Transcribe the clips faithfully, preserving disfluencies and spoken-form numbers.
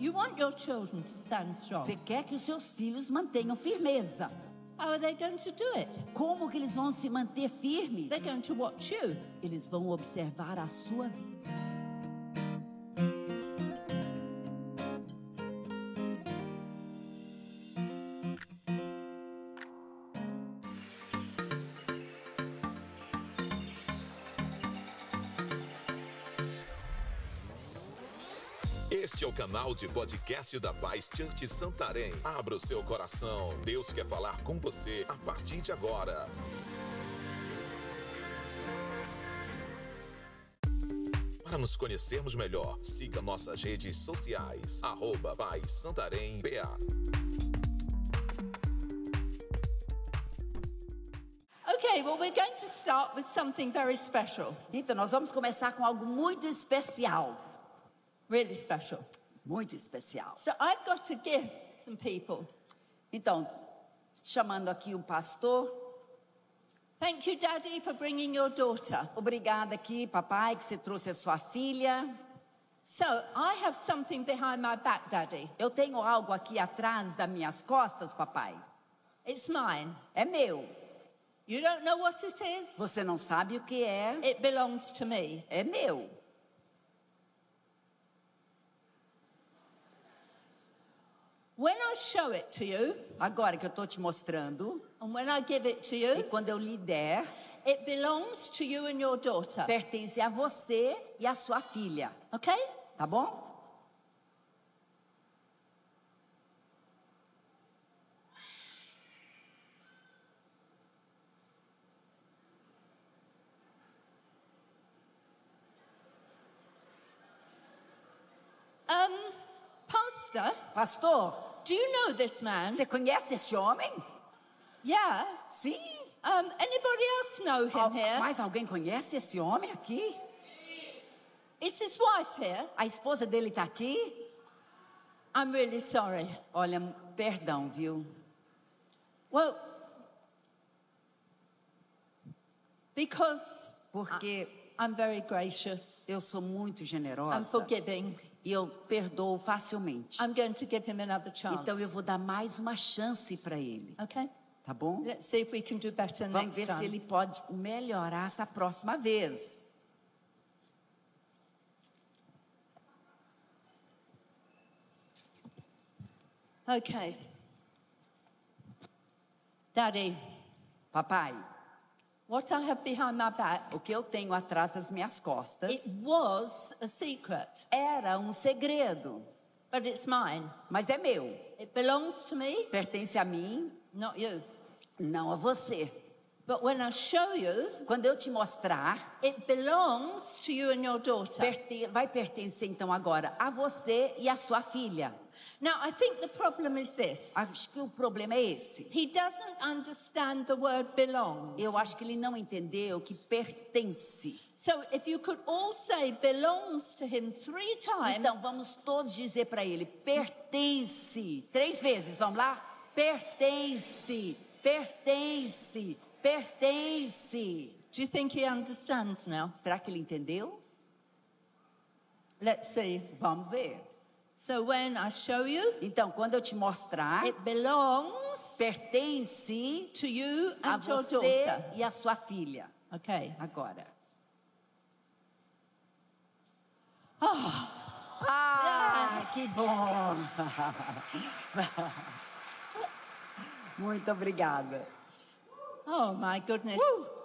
You want your children to stand strong. Você quer que os seus filhos mantenham firmeza. How are they going to do it? Como que eles vão se manter firmes? They're going to watch you. Eles vão observar a sua vida. Este é o canal de podcast da Paz Church Santarém. Abra o seu coração. Deus quer falar com você a partir de agora. Para nos conhecermos melhor, siga nossas redes sociais. Arroba Paz Santarém B A. Okay, well, we're going to start with something very special. Então, nós vamos começar com algo muito especial. Really special. Muito especial. So I've got to give some people. Então, chamando aqui o pastor. Thank you, Daddy, for bringing your daughter. Obrigada aqui, papai, que você trouxe a sua filha. So I have something behind my back, Daddy. Eu tenho algo aqui atrás das minhas costas, papai. It's mine. É meu. You don't know what it is? Você não sabe o que é? It belongs to me. É meu. When I show it to you, agora que eu estou te mostrando, and when I give it to you, e quando eu lhe der, it belongs to you and your daughter. Pertence a você e a sua filha. Okay? Tá bom? Um, Pastor. Pastor. Do you know this man? Você conhece esse homem? Yeah. Sim. Um, anybody else know him Al- here? Mais alguém conhece esse homem aqui? Is his wife here? A esposa dele está aqui? I'm really sorry. Olha, perdão, viu? Well, because Porque I'm very gracious. Eu sou muito generosa. I'm forgiving. E eu perdoo facilmente. I'm going to give him another chance. Então eu vou dar mais uma chance para ele. Okay? Tá bom? Let's see if we can do better Vamos next ver time. se ele pode melhorar essa próxima vez. Okay. Daddy. Papai. What I have behind my back. O que eu tenho atrás das minhas costas. It was a secret. Era um segredo. But it's mine. Mas é meu. It belongs to me. Pertence a mim. Not you. Não a você. But when I show you, quando eu te mostrar, it belongs to you and your daughter. Perte- vai pertencer então agora a você e a sua filha. Now, I think the problem is this. Acho que o problema é esse. He doesn't understand the word belongs. Eu acho que ele não entendeu que pertence. So, if you could all say belongs to him three times. Então vamos todos dizer para ele: pertence. Três vezes, vamos lá? Pertence, pertence, pertence. Do you think he understands now? Será que ele entendeu? Let's see. Vamos ver. So when I show you, então quando eu te mostrar, it belongs pertence to you a and your você daughter. e a sua filha. Okay. Agora. Oh. Ah, que bom. Muito obrigada. Oh my goodness. Uh.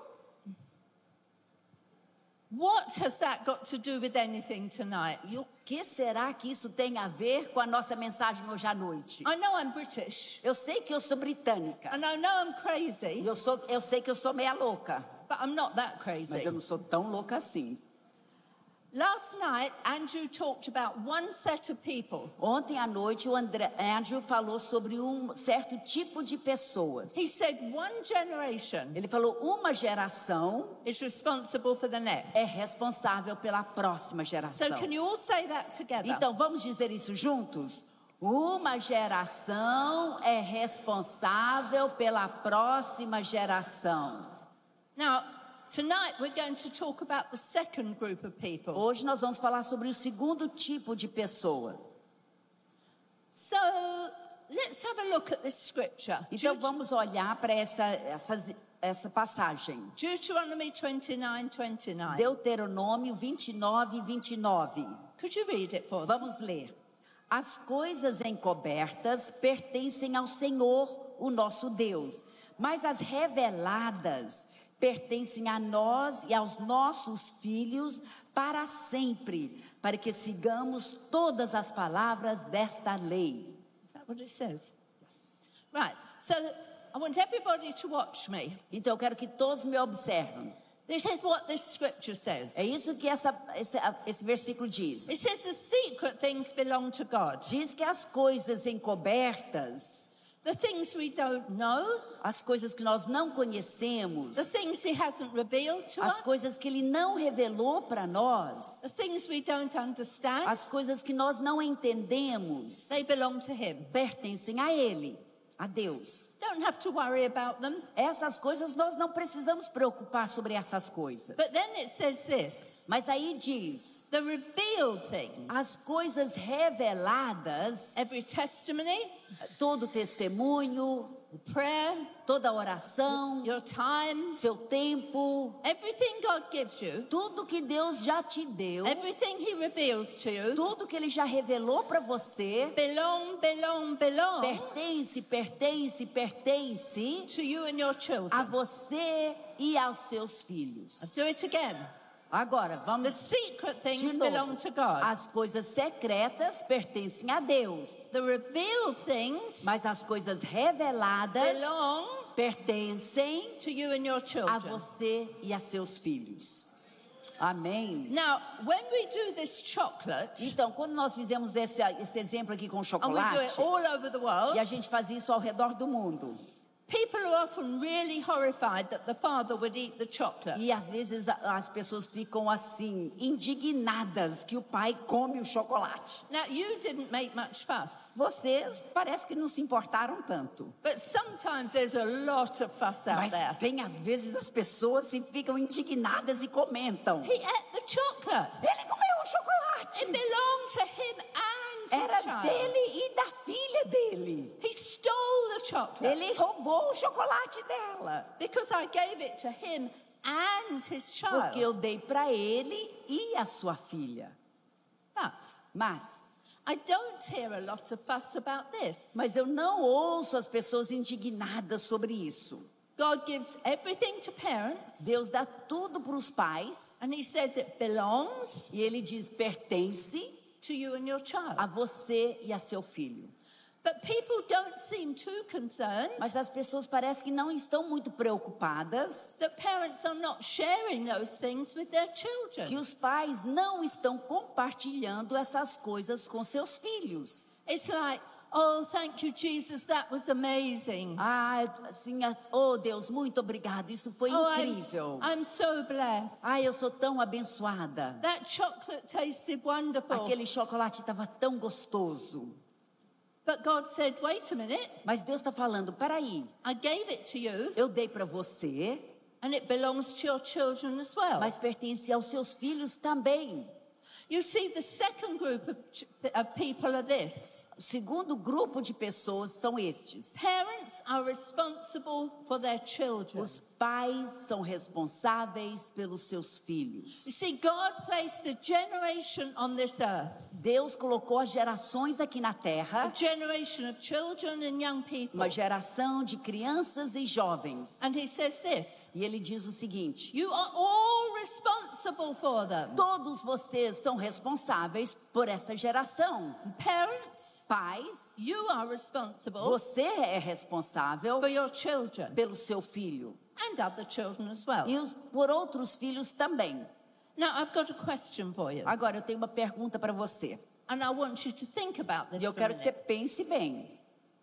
What has that got to do with anything tonight? E o que será que isso tem a ver com a nossa mensagem hoje à noite? I know I'm British. Eu sei que eu sou britânica. And I know I'm crazy. E eu sou, eu sei que eu sou meia louca. But I'm not that crazy. Mas eu não sou tão louca assim. Last night, Andrew talked about one set of people. Ontem à noite, o André, Andrew falou sobre um certo tipo de pessoas. He said one generation Ele falou uma geração is responsible for the next. é responsável pela próxima geração. So can you all say that together? Então vamos dizer isso juntos? Uma geração é responsável pela próxima geração. Now, tonight we're going to talk about the second group of people. Hoje nós vamos falar sobre o segundo tipo de pessoa. So let's have a look at this scripture. Então Deut- vamos olhar para essa, essas, essa passagem. Deuteronomy twenty-nine, twenty-nine. Deuteronômio vinte e nove, vinte e nove. Could you read it for them? Vamos ler. As coisas encobertas pertencem ao Senhor, o nosso Deus, mas as reveladas pertencem a nós e aos nossos filhos para sempre, para que sigamos todas as palavras desta lei. Is that what it says? Yes. Right. So I want everybody to watch me. Então eu quero que todos me observem. This is what this scripture says. É isso que essa, esse, esse versículo diz. It says the secret things belong to God. Diz que as coisas encobertas, The things we don't know, as coisas que nós não conhecemos, the things He hasn't revealed to as us, coisas que Ele não revelou para nós, the things we don't understand, as coisas que nós não entendemos, they belong to Him. pertencem a Ele, a Deus. Don't have to worry about them. Essas coisas nós não precisamos preocupar sobre essas coisas. But then it says this, Mas aí diz, the revealed things, as coisas reveladas, every testimony, todo testemunho, prayer, toda oração, your time, seu tempo, everything God gives you, tudo que Deus já te deu, everything He reveals to you, tudo que Ele já revelou para você, belong, belong, belong pertence, pertence, pertence to you and your a children. você e aos seus filhos. Do it again. Agora, The vamos secret de things novo. belong to God. As coisas secretas pertencem a Deus, The revealed things mas as coisas reveladas belong pertencem to you and your a children. você e a seus filhos. Amém. Now, when we do this chocolate, Então, quando nós fizemos esse, esse exemplo aqui com and we do chocolate, it all over the world, e a gente faz isso ao redor do mundo, people are often really horrified that the father would eat the chocolate. e às vezes a- as pessoas ficam assim, indignadas que o pai come o chocolate. Now, you didn't make much fuss, Vocês parece que não se importaram tanto. but sometimes there's a lot of fuss out Mas there. tem às vezes as pessoas que ficam indignadas e comentam. He ate the chocolate. Ele comeu o chocolate. It belonged to him and his Era child. dele e da filha dele. He stole the chocolate Ele roubou o chocolate dela. because I gave it to him and his child. Porque eu dei para ele e a sua filha. But Mas, I don't hear a lot of fuss about this. mas eu não ouço as pessoas indignadas sobre isso. God gives everything to parents, Deus dá tudo para os pais and He says it belongs e ele diz pertence to you and your child. a você e a seu filho. But people don't seem too concerned Mas as pessoas parecem que não estão muito preocupadas that parents are not sharing those things with their que children. os pais não estão compartilhando essas coisas com seus filhos. It's like, oh, thank you, Jesus, that was amazing. Ah, assim, ah, oh Deus, muito obrigado, isso foi Oh, I'm, incrível. I'm so blessed. Ai, eu sou tão abençoada. That chocolate tasted wonderful. Aquele chocolate estava tão gostoso. But God said, wait a minute, Mas Deus está falando, peraí, I gave it to you, eu dei para você, and it belongs to your children as well. mas pertence aos seus filhos também. You see, the second group of, ch- of people are this. O segundo grupo de pessoas são estes. Parents are responsible for their children. Os pais são responsáveis pelos seus filhos. You see, God placed a generation on this earth, Deus colocou as gerações aqui na a terra, generation of children and young people. uma geração de crianças e jovens. And He says this, E ele diz o seguinte: you are all responsible for them. todos vocês são responsáveis por essa geração. Parents, Pais, you are responsible você é responsável for your children pelo seu filho and other children as well. e os, por outros filhos também. Now, I've got a question for you, Agora eu tenho uma pergunta para você. and I want you to think about this E eu for a quero que você minute. pense bem.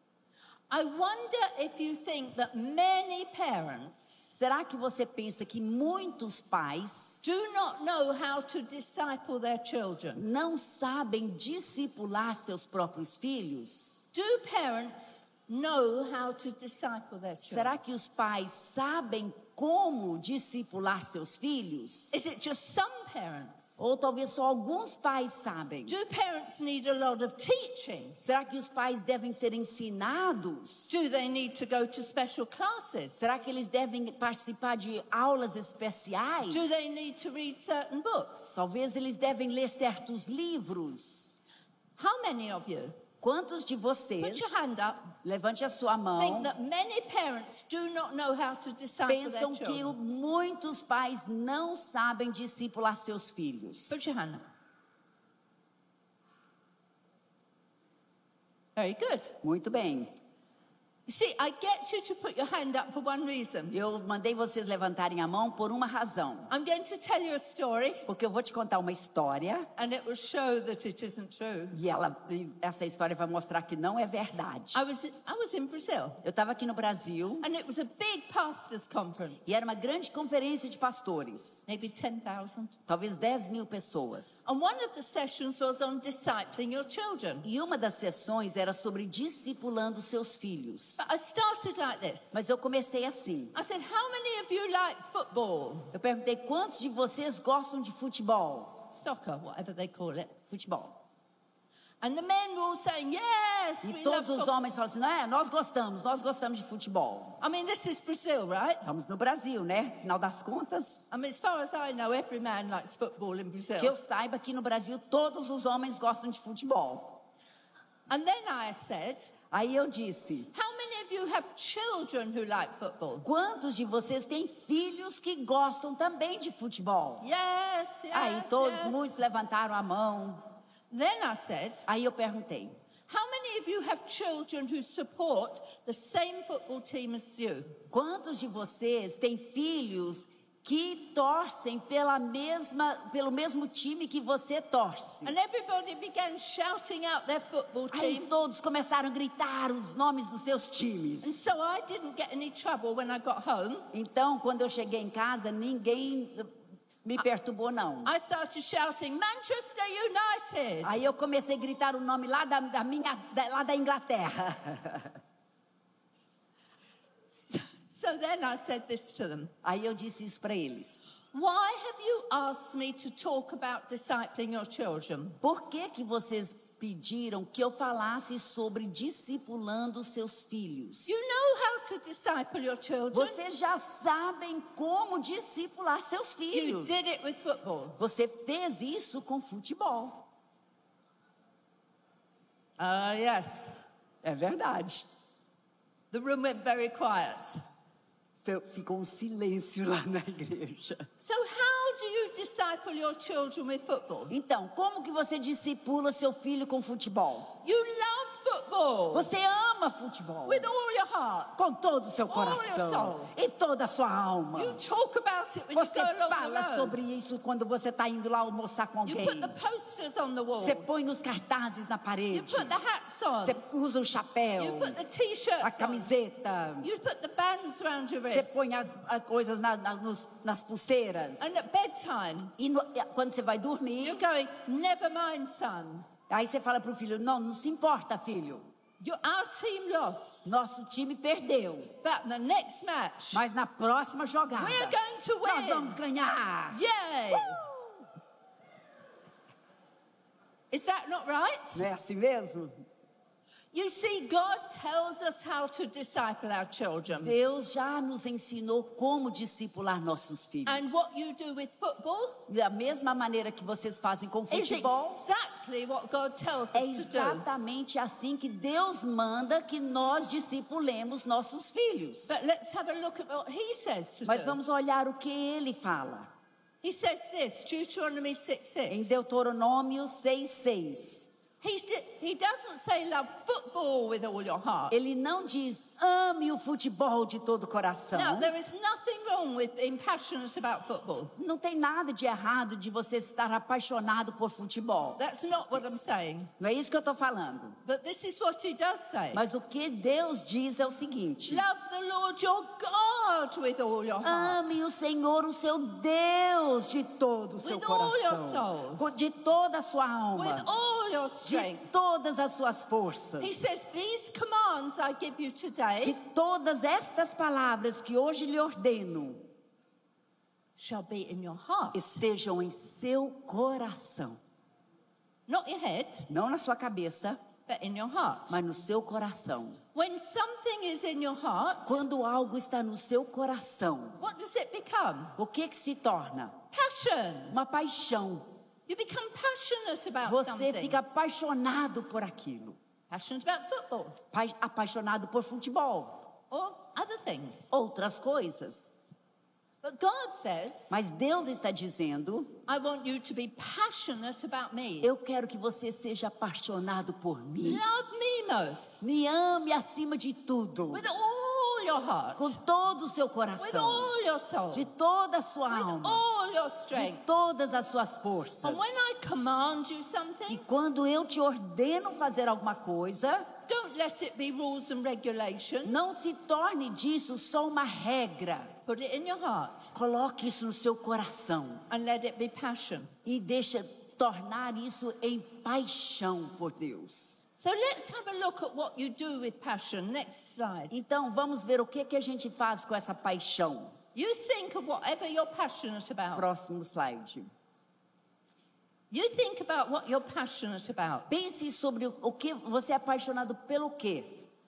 I wonder if you think that many parents Será que você pensa que muitos pais do not know how to disciple their children? não sabem discipular seus próprios filhos? Do parents know how to disciple their children? Será que os pais sabem como discipular seus filhos? Is it just some parents? Ou talvez só alguns pais sabem? Do parents need a lot of teaching? Será que os pais devem ser ensinados? Do they need to go to special classes? Será que eles devem participar de aulas especiais? Do they need to read certain books? Talvez eles devem ler certos livros. How many of you, Quantos de vocês, put your hand up, levante a sua mão, think that many parents do not know how to disciple their pensam que children? muitos pais não sabem discipular seus filhos? Put your hand up. Very good. Muito bem. You see, I get you to put your hand up for one reason. Eu mandei vocês levantarem a mão por uma razão. I'm going to tell you a story, Porque eu vou te contar uma história and it will show that it isn't true. e ela, e essa história vai mostrar que não é verdade. I was, I was in Brazil, Eu estava aqui no Brasil and it was a big pastors' conference, e era uma grande conferência de pastores. maybe ten thousand. Talvez dez mil pessoas. And one of the sessions was on discipling your children. E uma das sessões era sobre discipulando seus filhos. But I started like this. Mas eu comecei assim. I said, how many of you like football? Eu perguntei, quantos de vocês gostam de futebol? Soccer, whatever they call it. Futebol. And the men were all saying, yes, E we love todos os football. homens falam assim, não é, nós gostamos, nós gostamos de futebol. I mean, this is Brazil, right? Estamos no Brasil, né? Afinal das contas, I mean, as far as I know, every man likes football in Brazil. que eu saiba, aqui no Brasil, todos os homens gostam de futebol. And then I said, Aí eu disse, how many of you have children who like football? quantos de vocês têm filhos que gostam também de futebol? Yes, yes, Aí todos, yes. muitos levantaram a mão. Then I said, Aí eu perguntei, how many of you have children who support the same football team as you? quantos de vocês têm filhos que torcem pela mesma, pelo mesmo time que você torce? And everybody began shouting out their football Aí team. todos começaram a gritar os nomes dos seus And times. so I didn't get any trouble when I got home. Então, quando eu cheguei em casa, ninguém me perturbou, não. I started shouting, Manchester United. Aí eu comecei a gritar o nome lá da, da minha, da, lá da Inglaterra. So then I said this to them. Aí eu disse isso para eles. Why have you asked me to talk about discipling your children? Por que que vocês pediram que eu falasse sobre discipulando os seus filhos? You know how to disciple your children. Vocês já sabem como discipular seus You filhos. did it with football. Você fez isso com futebol. Ah, yes. É verdade. The room went very quiet. Ficou um silêncio lá na igreja. So how do you disciple your children with football? Então, como que você discipula seu filho com futebol? You love football Você ama futebol with all your heart. com todo o seu all your coração soul. e toda a sua alma. You talk about it when Você you go along fala the road. sobre isso quando você está indo lá almoçar com You alguém. put the posters on the wall. Você põe os cartazes na You parede. put the hats on. Você usa o chapéu, You put the t-shirts a on. camiseta. You put the bands around your Você wrist. põe as, as coisas na, na, nos, nas pulseiras. And at bedtime, E no- quando você vai dormir, you're going, never mind, son. aí você fala pro filho, não, não se importa, filho. Your, our team lost. Nosso time perdeu. But the next match, Mas na próxima jogada, we're going to nós win. vamos ganhar. Yay! Is that not right? Não é assim mesmo? You see, God tells us how to disciple our children. Deus já nos ensinou como discipular nossos filhos. And what you do with football Da mesma maneira que vocês fazem com is futebol, exactly what God tells é us to do. exatamente assim que Deus manda que nós discipulemos nossos filhos. But let's have a look at what He says to Mas do. vamos olhar o que ele fala. He says this, Deuteronomy six Em six. Deuteronômio seis, seis. He's di- he doesn't say love football with all your heart. Ele não diz, ame o futebol de todo o coração. Now, there is nothing wrong with being passionate about football. Não tem nada de errado de você estar apaixonado por futebol. That's not what I'm saying. Não é isso que eu estou falando. But this is what he does say. Mas o que Deus diz é o seguinte. Love the Lord your God with all your heart. Ame o Senhor, o seu Deus, de todo o seu With all your coração. soul. Co- De toda a sua With alma. all your de strength. todas as suas forças. He says, these commands I give you Que today todas estas palavras que hoje lhe ordeno shall be in your heart. estejam em seu coração. Not your head, Não na sua cabeça, but in your heart. mas no seu coração. When something is in your heart, Quando algo está no seu coração, what does it become? o que que se torna? Passion. Uma paixão. You become passionate about Você something. fica apaixonado por aquilo. Passionate about football Pa- Apaixonado por futebol. or other things. Outras coisas. But God says, Mas Deus está dizendo, I want you to be passionate about me. eu quero que você seja apaixonado por mim. Love me most. Me ame acima de tudo. With all your heart. Com todo o seu With coração. all your soul. De toda a sua With alma. all your De strength. todas as suas forças. And when I command you E something, quando eu te ordeno fazer alguma coisa, don't let it be rules and regulations. não se torne disso só uma regra. Put it in your heart Coloque isso no seu coração. and let it be passion. E deixa tornar isso em paixão por Deus. So let's have a look at what you do with passion. Next slide. Então vamos ver o que, que a gente faz com essa paixão. You think of whatever you're passionate about. Próximo slide. You think about what you're passionate about. Pense sobre o, o que você é apaixonado pelo quê?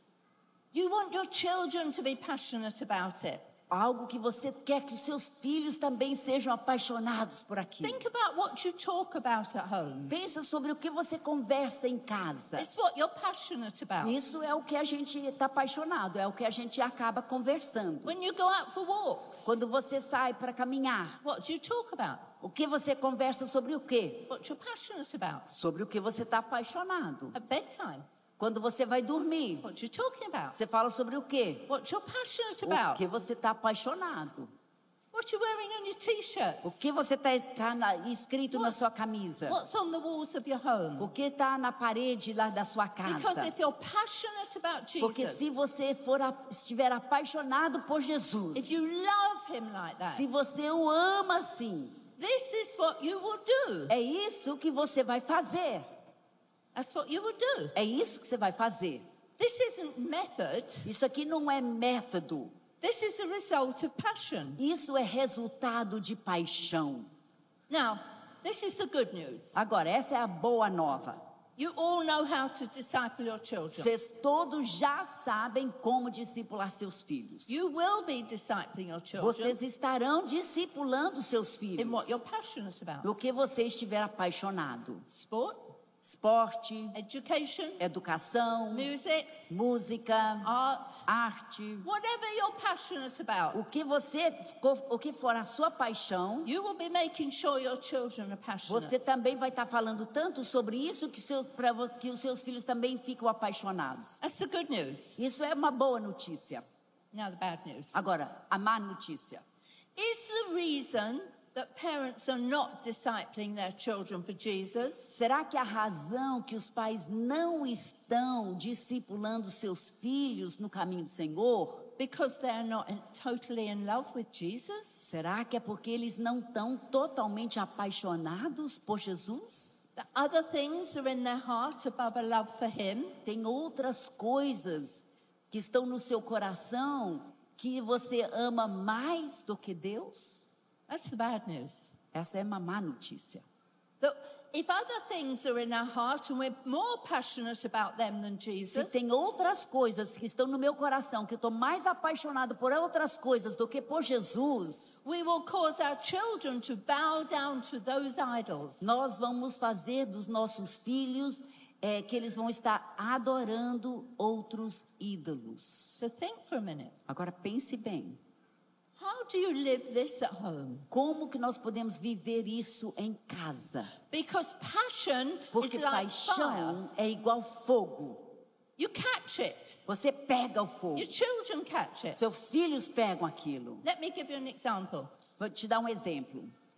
You want your children to be passionate about it. Algo que você quer que os seus filhos também sejam apaixonados por aquilo. Think about what you talk about at home. Pensa sobre o que você conversa em casa. It's what you're passionate about. Isso é o que a gente está apaixonado, é o que a gente acaba conversando. When you go out for walks, Quando você sai para caminhar, what do you talk about? o que você conversa sobre o quê? What you're passionate about. Sobre o que você está apaixonado. At bedtime, Quando você vai dormir, what you talking about? você fala sobre o quê? What you're passionate O about. que você está apaixonado. What you wearing on your t-shirt. O que você está tá na- escrito na sua camisa. What's on the walls of your home. O que está na parede lá da sua Because casa. if you're passionate about Porque se Jesus, você for a- estiver apaixonado por Jesus, if you love him like that, se você o ama assim, this is what you will do. é isso que você vai fazer. That's what you will do. É isso que você vai fazer. This isn't method. Isso aqui não é método. This is a result of passion. Isso é resultado de paixão. Now, this is the good news. Agora, essa é a boa nova. You all know how to disciple your children. Vocês todos já sabem como discipular seus filhos. You will be discipling your children Vocês estarão discipulando seus in filhos what you're passionate about. no que você estiver apaixonado. Sport, Esporte, education, educação, music, música, art, arte. whatever you're passionate about. O que você, o que for a sua paixão, You will be making sure your children are passionate. você também vai estar falando tanto sobre isso que, seus, pra, vo- que os seus filhos também ficam apaixonados. That's the good news. Isso é uma boa notícia. Now the bad news. Agora, a má notícia. Is the reason that parents are not discipling their children for Jesus Será que a razão que os pais não estão discipulando seus filhos no caminho do Senhor? because they're not in, totally in love with Jesus? Será que é porque eles não estão totalmente apaixonados por Jesus? That other things are in their heart above a love for Him? Tem outras coisas que estão no seu coração que você ama mais do que Deus? That's the bad news. Essa é uma má notícia. That if other things are in our heart and we're more passionate about them than Se Jesus, tem outras coisas que estão no meu coração, que eu estou mais apaixonado por outras coisas do que por Jesus, we will cause our children to bow down to those idols. nós vamos fazer dos nossos filhos é, que eles vão estar adorando outros ídolos. So think for a minute. Agora pense bem, How do you live this at home? como que nós podemos viver isso em casa? Because passion Porque is like fire. paixão é igual fogo. You catch it. Você pega o fogo, Your children catch it. seus filhos pegam aquilo. Let me give you an example. Vou te dar um exemplo.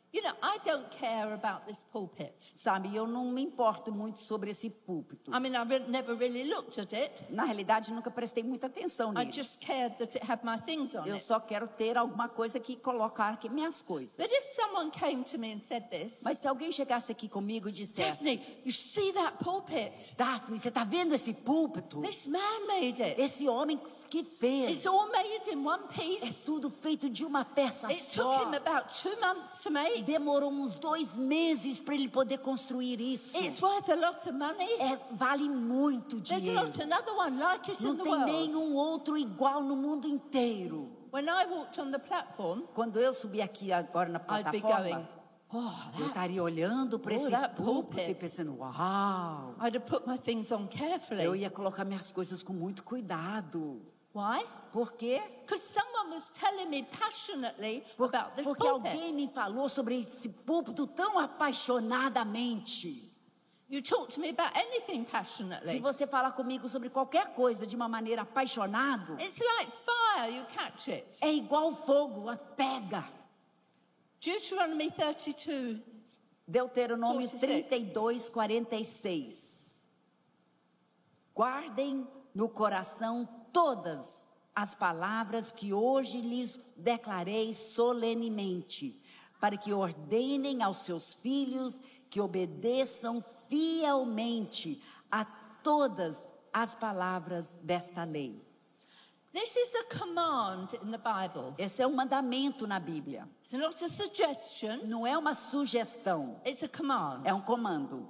You know, I don't care about this pulpit. Sabe, eu não me importo muito sobre esse púlpito. I mean, I re- never really looked at it. Na realidade, nunca prestei muita atenção I nele. just cared that it had my things on Eu it. só quero ter alguma coisa que colocar aqui minhas coisas. But if someone came to me and said this, Mas se alguém chegasse aqui comigo e dissesse: Daphne, you see that pulpit? Daphne, você está vendo esse púlpito? This man made it. Esse homem que fez. It's all made in one É piece. tudo feito de uma peça It took só. him about two months to make. Demorou uns dois meses para ele poder construir isso. It's worth a lot of money. É, vale muito There's dinheiro. not another one like it Não in the tem world. nenhum outro igual no mundo inteiro. When I walked on the platform, Quando eu subi aqui agora na I'd be plataforma, going, oh, eu that. estaria olhando para Oh, esse that púlpito pulpit. e pensando: uau! I'd have put my things on carefully. Eu ia colocar minhas coisas com muito cuidado. Why? Por quê? Because someone was telling me passionately Por- about this porque pulpit. alguém me falou sobre esse púlpito tão apaixonadamente. You talk to me about anything Se passionately. você falar comigo sobre qualquer coisa de uma maneira apaixonado, It's like fire, you catch it. é igual fogo, a pega. Deuteronomy thirty-two. Deuteronômio quarenta e seis. trinta e dois, quarenta e seis. Guardem no coração todas as palavras que hoje lhes declarei solenemente, para que ordenem aos seus filhos que obedeçam fielmente a todas as palavras desta lei. This is a command in the Bible. Esse é um mandamento na Bíblia. It's not a suggestion, Não é uma sugestão, it's a command. é um comando.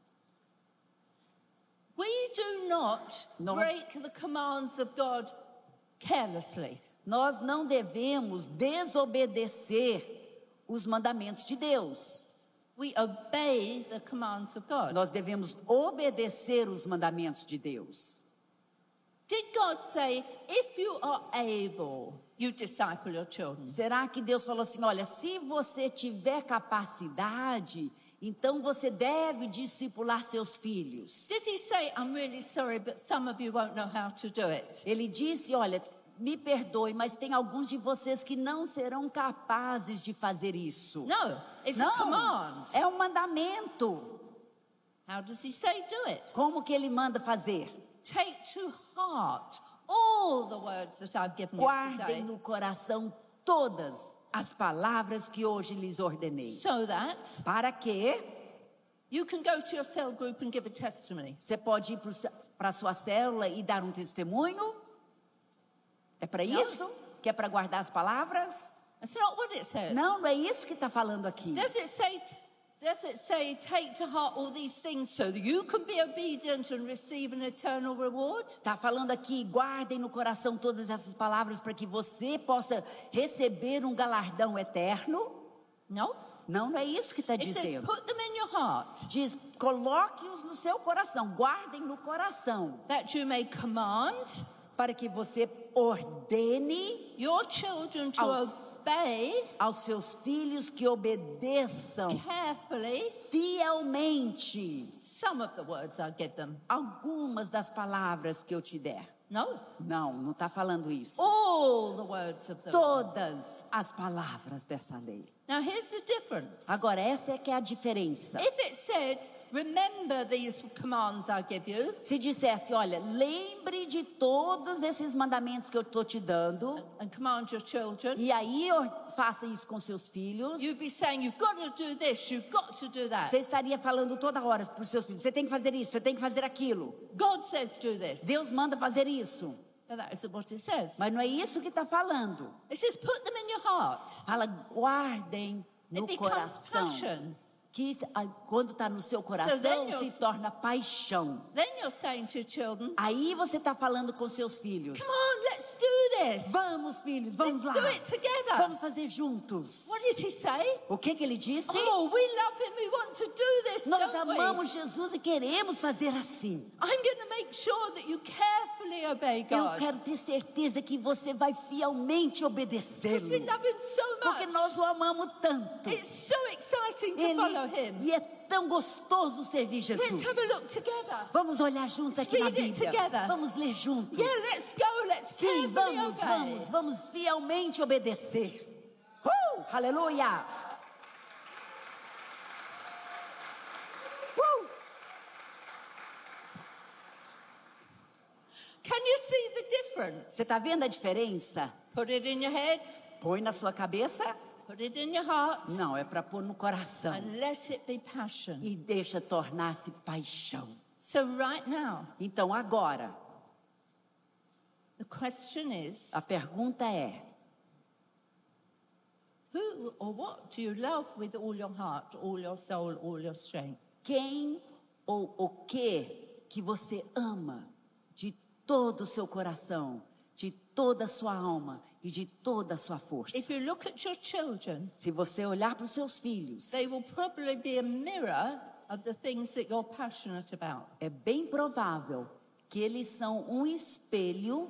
We do not Nós- break the commands of God carelessly. Nós não devemos desobedecer os mandamentos de Deus. We obey the commands of God. Nós devemos obedecer os mandamentos de Deus. Did God say, if you are able, you disciple your children? Será que Deus falou assim: olha, se você tiver capacidade, então você deve discipular seus filhos? Did he say, I'm really sorry, but some of you won't know how to do it? Ele disse: olha, me perdoe, mas tem alguns de vocês que não serão capazes de fazer isso. No, it's a Não, command. é um mandamento. How does he say do it? Como que ele manda fazer? Take to heart all the words that I've given you Guardem today, no coração todas as palavras que hoje lhes ordenei. so that Para que you can go to your cell group and give a testimony. você pode ir para a sua célula e dar um testemunho? É para Não. isso? Que é para guardar as palavras? That's not what it says. Não, não é isso que está falando aqui. Does it say, does it say, take to heart all these things so that you can be obedient and receive an eternal reward? Está falando aqui: guardem no coração todas essas palavras para que você possa receber um galardão eterno? No. Não, não é isso que está It says, dizendo. put them in your heart, Diz: coloque-os no seu coração, guardem no coração, that you may command para que você ordene your children to Aos- obey aos seus filhos que obedeçam carefully fielmente some of the words I give them. algumas das palavras que eu te der. No. Não, não está falando isso. All the words of the law. Todas as palavras dessa lei. Now here's the difference. Agora, essa é que é a diferença. If it said, remember these commands I give you, Se dissesse: olha, lembre de todos esses mandamentos que eu estou te dando, and command your children, e aí or- faça isso com seus filhos, you'd be saying, you've got to do this, you've got to do that. você estaria falando toda hora para os seus filhos: você tem que fazer isso, você tem que fazer aquilo. God says do this. Deus manda fazer isso. But that isn't what it says. Mas não é isso que está falando. It says, put them in your heart. Fala: guardem no It becomes coração. passion. Que isso, ah, quando está no seu coração, then you're- se torna paixão. Then you're saying to your children, Aí você está falando com seus filhos: come on, let's do this. vamos, filhos, vamos Let's lá. do it together. Vamos fazer juntos. What did he say? O que que ele disse? Oh, we love him, we want to do this, Nós don't we? amamos Jesus e queremos fazer assim. I'm going to make sure that you carefully obey Eu God. quero ter certeza que você vai fielmente Because obedecê-lo. we love him so Porque much. nós o amamos tanto. It's so exciting to Ele, follow him. e é tão gostoso servir Jesus. Let's have a look together. Vamos olhar juntos Let's aqui na read it Bíblia. together. Vamos ler juntos. Yeah, let's go. Let's Sim, carefully vamos, obey. vamos, vamos fielmente obedecer. Uh, aleluia! Can you see the difference? Você está vendo a diferença? Put it in your head, Põe na sua cabeça? put it in your heart, Não, é para pôr no coração. and let it be passion. E deixa tornar-se paixão. So right now, Então agora, the question is, a pergunta é: who or what do you love with all your heart, all your soul, all your strength? quem ou o que que você ama de todo o seu coração, de toda a sua alma e de toda a sua força? If you look at your children, Se você olhar para os seus filhos, they will probably be a mirror of the things that you're passionate about. é bem provável que eles são um espelho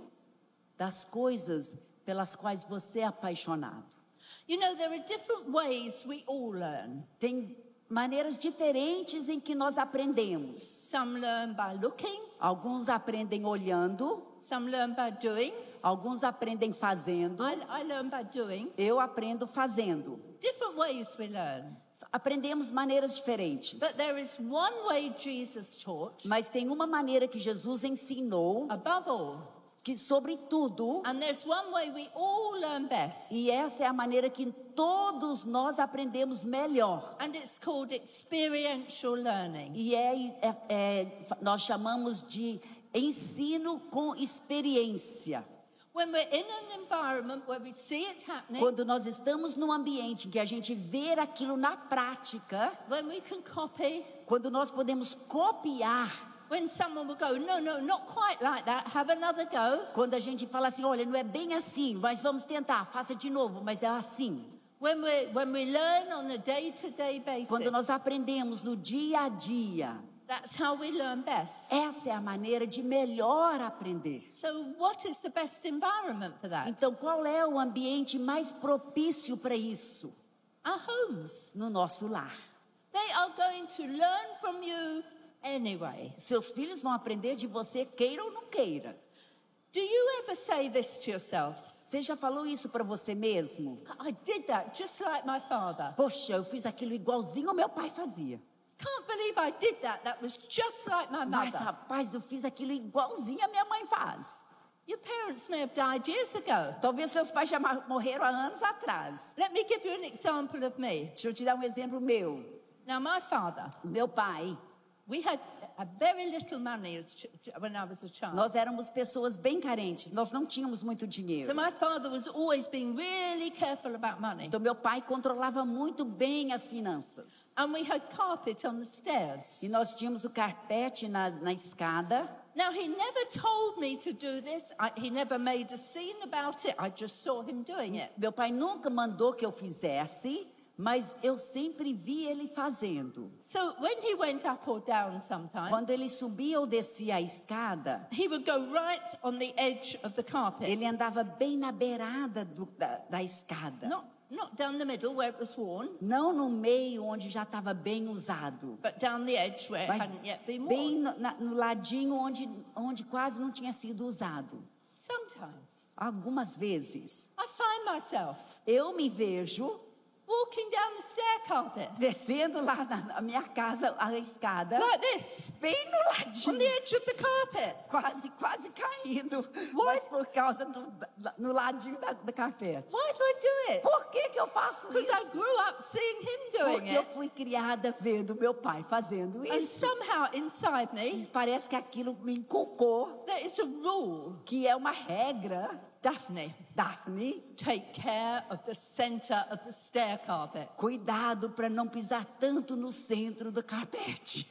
das coisas pelas quais você é apaixonado. You know, there are different ways we all learn. Tem maneiras diferentes em que nós aprendemos. Some learn by looking, Alguns aprendem olhando, some learn by doing. alguns aprendem fazendo. I, I learn by doing. Eu aprendo fazendo. Different ways we learn. Aprendemos maneiras diferentes. But there is one way Jesus taught, Mas tem uma maneira que Jesus ensinou, above all, que sobre tudo, and there's one way we all learn best, e essa é a maneira que todos nós aprendemos melhor. and it's called experiential learning. E é, é- é- nós chamamos de ensino com experiência. When we're in an environment where we see it happening, Quando nós estamos num ambiente em que a gente vê aquilo na prática, when we can copy, quando nós podemos copiar, when someone will go, no, no, not quite like that, have another go. quando a gente fala assim, olha, não é bem assim, mas vamos tentar, faça de novo, mas é assim. When we when we learn on a day-to-day basis, Quando nós aprendemos no dia a dia, that's how we learn best. essa é a maneira de melhor aprender. So what is the best environment for that? Então, qual é o ambiente mais propício para isso? Our homes. No nosso lar. They are going to learn from you anyway. Seus filhos vão aprender de você, queira ou não queira. Do you ever say this to yourself? Você já falou isso para você mesmo? I did that just like my father. Poxa, eu fiz aquilo igualzinho o meu pai fazia. Can't believe I did that. That was just like my Mas, mother. rapaz, eu fiz aquilo igualzinho a minha mãe faz. Your parents may have died years ago. Talvez seus pais já ma- morreram há anos atrás. Let me give you an example of me. Deixa eu te dar um exemplo meu. Now, my father, Meu pai, we had a very little money as ch- when I was a child. nós éramos pessoas bem carentes, nós não tínhamos muito So dinheiro. my father was always being really careful about money. Então meu pai controlava muito bem as finanças. And we had carpet on the stairs. E nós tínhamos o carpete na, na escada. Now, he never told me to do this. I, he never made a scene about it. I just saw him doing it. Meu pai nunca mandou que eu fizesse, mas eu sempre vi ele fazendo. So when he went up or down sometimes, Quando ele subia ou descia a escada, he would go right on the edge of the carpet. ele andava bem na beirada do- da, da escada. Not, not down the middle where it was worn, Não no meio onde já estava bem usado, but down the edge where it mas hadn't yet been bem worn. no, na- no ladinho onde, onde quase não tinha sido usado. Sometimes Algumas vezes I find myself eu me vejo walking down the stair carpet descendo lá na, na minha casa a escada, like this, bem no on the ladinho, edge of the carpet. quase, quase caindo, mas por causa do da- no ladinho da, da carpete. Why do I do it? Por que que eu faço Because I isso? grew up seeing him doing Porque eu it. fui criada vendo meu pai fazendo And isso. somehow inside E me, parece que aquilo me inculcou, there is a rule. que é uma regra. Daphne, Daphne, take care of the center of the stair carpet. cuidado para não pisar tanto no centro do carpete.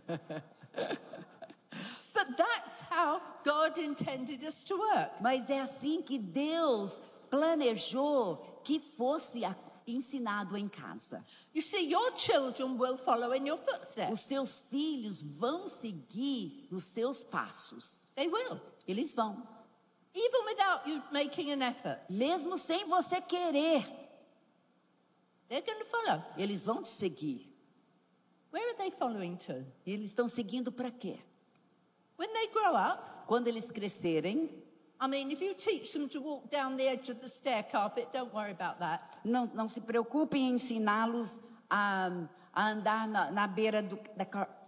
But that's how God intended us to work. Mas é assim que Deus planejou que fosse a- ensinado em casa. You see, your children will follow in your Os footsteps. seus filhos vão seguir os seus passos. They will. Eles vão. Even without you making an effort, Mesmo sem você querer, they're going to follow. eles vão te seguir. Where are they following to? E eles estão seguindo para quê? When they grow up, Quando eles crescerem, I mean, if you teach them to walk down the edge of the stair carpet, don't worry about that. não, não se preocupem em ensiná-los a, a andar na, na beira do, da car-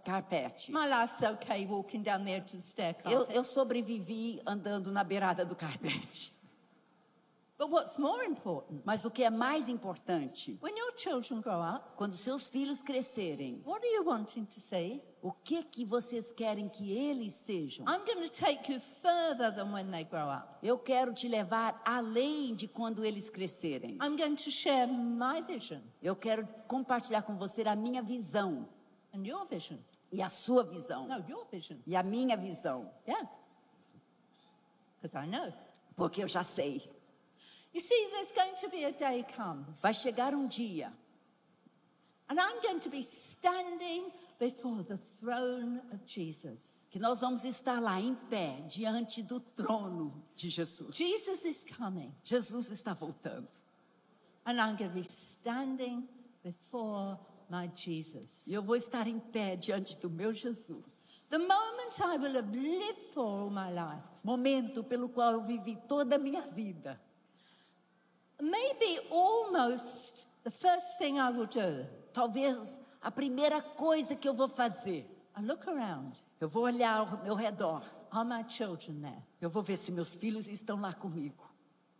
carpete. My life's okay walking down the edge of the stair Eu, carpet. eu sobrevivi andando na beirada do carpete. But what's more important, Mas o que é mais importante, when your children grow up, quando seus filhos crescerem, what are you wanting to see? o que que vocês querem que eles sejam? I'm going to take you further than when they grow up. Eu quero te levar além de quando eles crescerem. I'm going to share my vision Eu quero compartilhar com você a minha visão and your vision. e a sua visão No, your vision. e a minha visão, Yeah. Because I know. porque eu já sei. You see, there's going to be a day come, Vai chegar um dia and I'm going to be standing before the throne of Jesus. que nós vamos estar lá em pé diante do trono de Jesus. Jesus is coming, Jesus está voltando. and I'm going to be standing before my Jesus. E eu vou estar em pé diante do meu Jesus. The moment I will have lived for all my life, Momento pelo qual eu vivi toda a minha vida. maybe almost the first thing I will do, Talvez a primeira coisa que eu vou fazer, I look around. eu vou olhar ao meu redor. Are my children there? Eu vou ver se meus filhos estão lá comigo.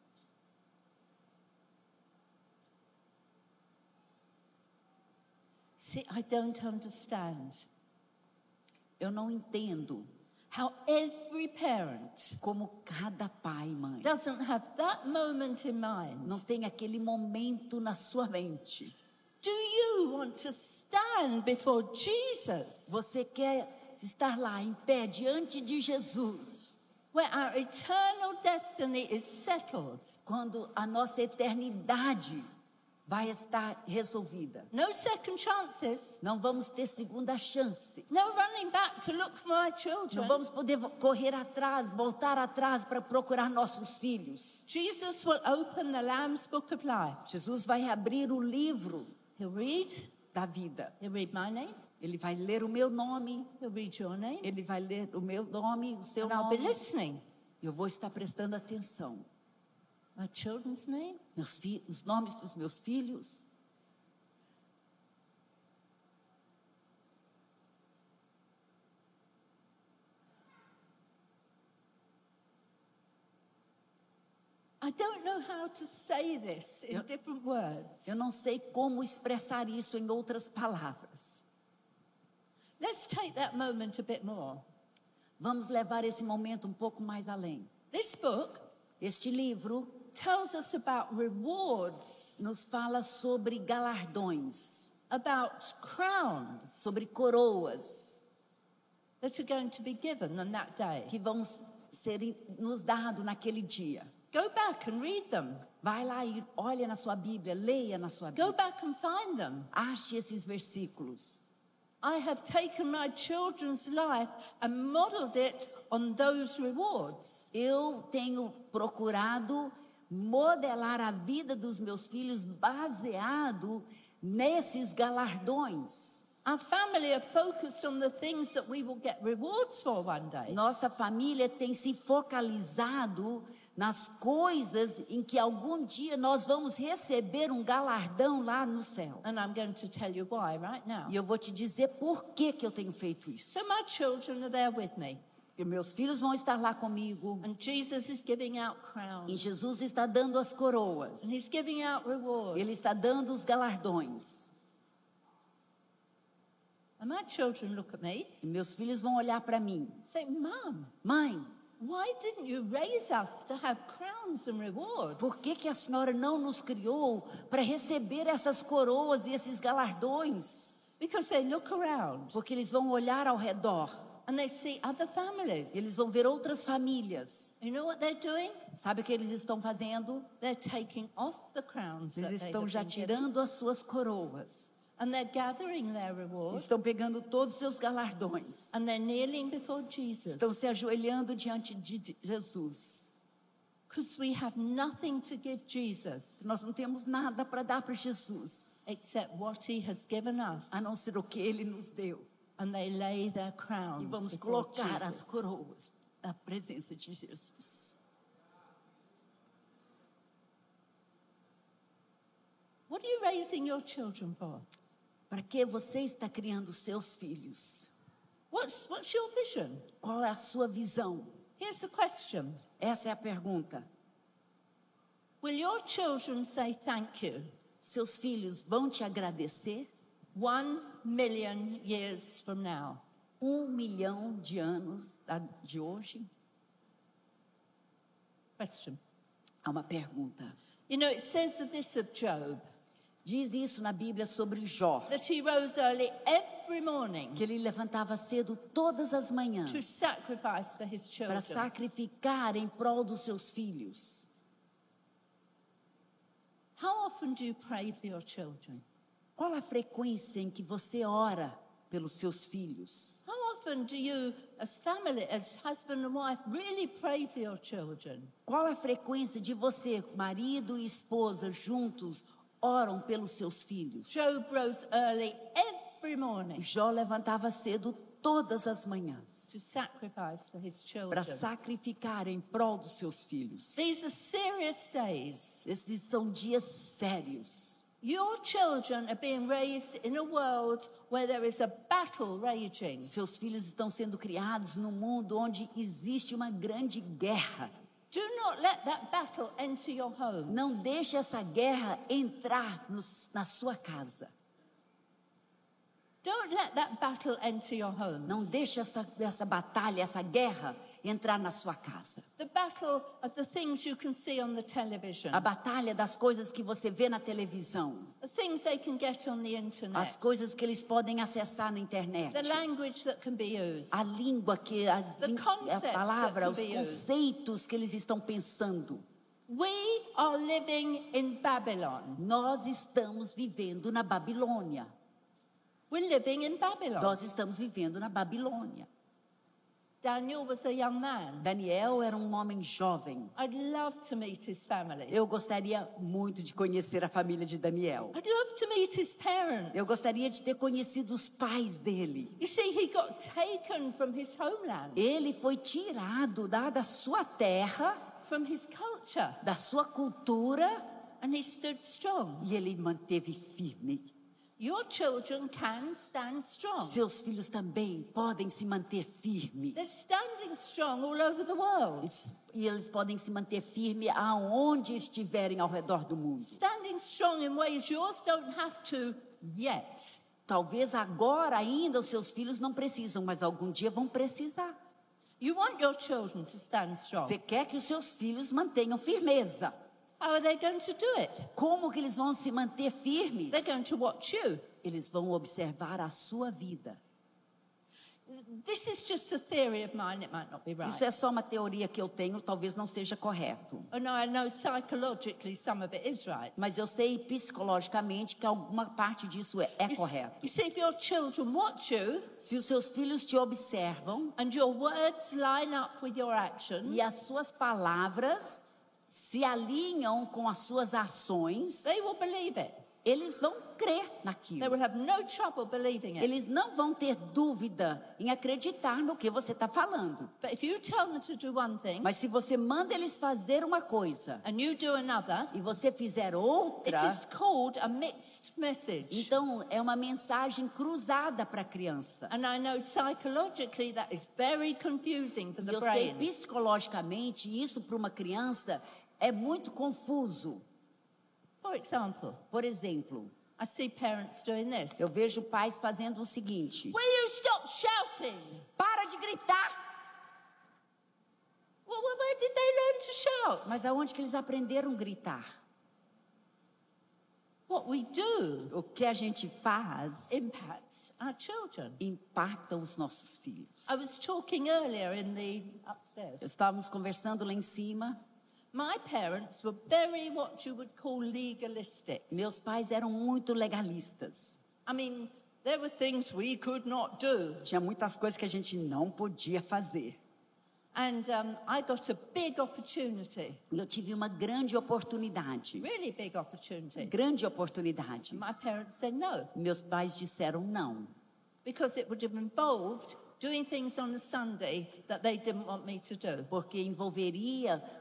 See, I don't understand Eu não entendo how every parent como cada pai e mãe doesn't have that moment in mind. não tem aquele momento na sua mente. Do you want to stand before Jesus, Você quer estar lá em pé diante de Jesus, where our eternal destiny is settled? quando a nossa eternidade vai estar resolvida. No second chances, Não vamos ter segunda chance. no running back to look for my Não children. vamos poder correr atrás, voltar atrás para procurar nossos filhos. Jesus will open the Lamb's Book of Life. Jesus vai abrir o livro He'll read, da vida. he'll read my name, Ele vai ler o meu nome, he'll read your name, ele vai ler o meu nome, o seu and I'll be nome. listening. Eu vou estar prestando atenção. My children's name, Meus fi- os nomes dos meus filhos. I don't know how to say this in Eu- different words. Eu não sei como expressar isso em outras palavras. Let's take that moment a bit more. Vamos levar esse momento um pouco mais além. This book Este livro tells us about rewards, nos fala sobre galardões, about crowns sobre coroas that are going to be given on that day. que vão ser nos dados naquele dia. Go back and read them. Vai lá e olha na sua Bíblia, leia na sua Go Bíblia. back and find them. Ache esses versículos. I have taken my children's life and modeled it on those rewards. Eu tenho procurado modelar a vida dos meus filhos baseado nesses galardões. Our family are focused on the things that we will get rewards for one day. Nossa família tem se focalizado nas coisas em que algum dia nós vamos receber um galardão lá no céu. And I'm going to tell you why right now. E eu vou te dizer por que que eu tenho feito isso. So my children are there with me. E meus filhos vão estar lá comigo. And Jesus is giving out E crowns. Jesus está dando as coroas. And he's giving out rewards. Ele está dando os galardões. And my children look at me E meus filhos vão olhar para mim. and say, Mom, Mãe, why didn't you raise us to have crowns and rewards? por que que a senhora não nos criou para receber essas coroas e esses galardões? Because they look around Porque eles vão olhar ao redor. and they see other families. Eles vão ver outras famílias. You know what they're doing? Sabe o que eles estão fazendo? They're taking off the crowns that Eles they estão have já been given, tirando as suas coroas. and they're gathering their rewards, Estão pegando todos os seus galardões. and they're kneeling before Jesus. Estão se ajoelhando diante de Jesus. Because we have nothing to give Jesus Nós não temos nada para dar para Jesus, except what he has given us. a não ser o que Ele nos deu. And they lay their E crowns vamos before colocar as Jesus. coroas na presença de Jesus. What are you raising your children for? Para que você está criando seus filhos? What's, what's your vision? Qual é a sua visão? Here's the question. Essa é a pergunta. Will your children say thank you Seus filhos vão te agradecer one million years from now? um milhão de anos da- de hoje? Question. Há uma pergunta. You know, it says of this of Job, Diz isso na Bíblia sobre Jó, that he rose early every morning que ele levantava cedo todas as manhãs to sacrifice for his para children. sacrificar em prol dos seus filhos. How often do you pray for your children? Qual a frequência em que você ora pelos seus filhos? How often do you, as family, as husband and wife, really pray for your children? Qual a frequência de você, marido e esposa, juntos, oram pelos seus filhos? Job rose early every morning Jó levantava cedo todas as manhãs to sacrifice for his para children. sacrificar em prol dos seus filhos. These are serious days. Esses são dias sérios. Your children are being raised in a world where there is a battle raging. Seus filhos estão sendo criados num mundo onde existe uma grande guerra. Do not let that battle enter your home. Não deixe essa guerra entrar no, na sua casa. Don't let that battle enter your home. Não deixe essa, essa batalha, essa guerra entrar na sua casa. The battle of the things you can see on the television. A batalha das coisas que você vê na televisão. The things they can get on the internet. As coisas que eles podem acessar na internet. The language that can be used. A língua, que as, The lin- concepts a palavra, that os can be used. conceitos que eles estão pensando. We are living in Babylon. Nós estamos vivendo na Babilônia. We're living in Babylon. Nós estamos vivendo na Babilônia. Daniel was a young man. Daniel era um homem jovem. I'd love to meet his family. Eu gostaria muito de conhecer a família de Daniel. I'd love to meet his parents. Eu gostaria de ter conhecido os pais dele. You see, he got taken from his homeland, Ele foi tirado da, da sua terra, from his culture, da sua cultura, and he stood strong. e ele manteve firme. Your children can stand strong. Seus filhos também podem se manter firme. They're standing strong all over the world. Eles- E eles podem se manter firme aonde estiverem ao redor do mundo. Standing strong in ways yours don't have to yet. Talvez agora ainda os seus filhos não precisam, mas algum dia vão precisar. You want your children to stand strong. Você quer que os seus filhos mantenham firmeza. How are they going to do it? Como que eles vão se manter firmes? They're going to watch you. Eles vão observar a sua vida. This is just a theory of mine. It might not be right. Isso é só uma teoria que eu tenho, talvez não seja correto. Oh, no, I know psychologically some of it is right. Mas eu sei psicologicamente que alguma parte disso é, é You, s- correto. you see, if your children watch you Se os seus filhos te observam and your words line up with your actions, e as suas palavras se alinham com as suas ações, they will believe it. eles vão crer They naquilo. will have no trouble believing it. Eles não vão ter dúvida em acreditar no que você está falando. But if you tell them to do one thing Mas se você manda eles fazer uma coisa and you do another, e você fizer it outra, is called a mixed message. então é uma mensagem cruzada para a criança. And I know psychologically that is very confusing for E the eu sei brain. psicologicamente isso para uma criança é muito confuso. For example, Por exemplo, I see parents doing this. eu vejo pais fazendo o seguinte: Will you stop shouting? para de gritar! Well, well, where did they learn to shout? Mas aonde que eles aprenderam a gritar? What we do O que a gente faz impacts our children. impacta os nossos filhos. I was talking earlier in the upstairs. Estávamos conversando lá em cima. My parents were very what you would call legalistic. Meus pais eram muito legalistas. I mean, there were things we could not do. Tinha muitas coisas que a gente não podia fazer. And um, I got a big opportunity, E eu tive uma grande oportunidade. really big opportunity. Grande oportunidade. My parents said no, Meus pais disseram não. because it would have involved doing things on a Sunday that they didn't want me to do. Porque envolveria fa-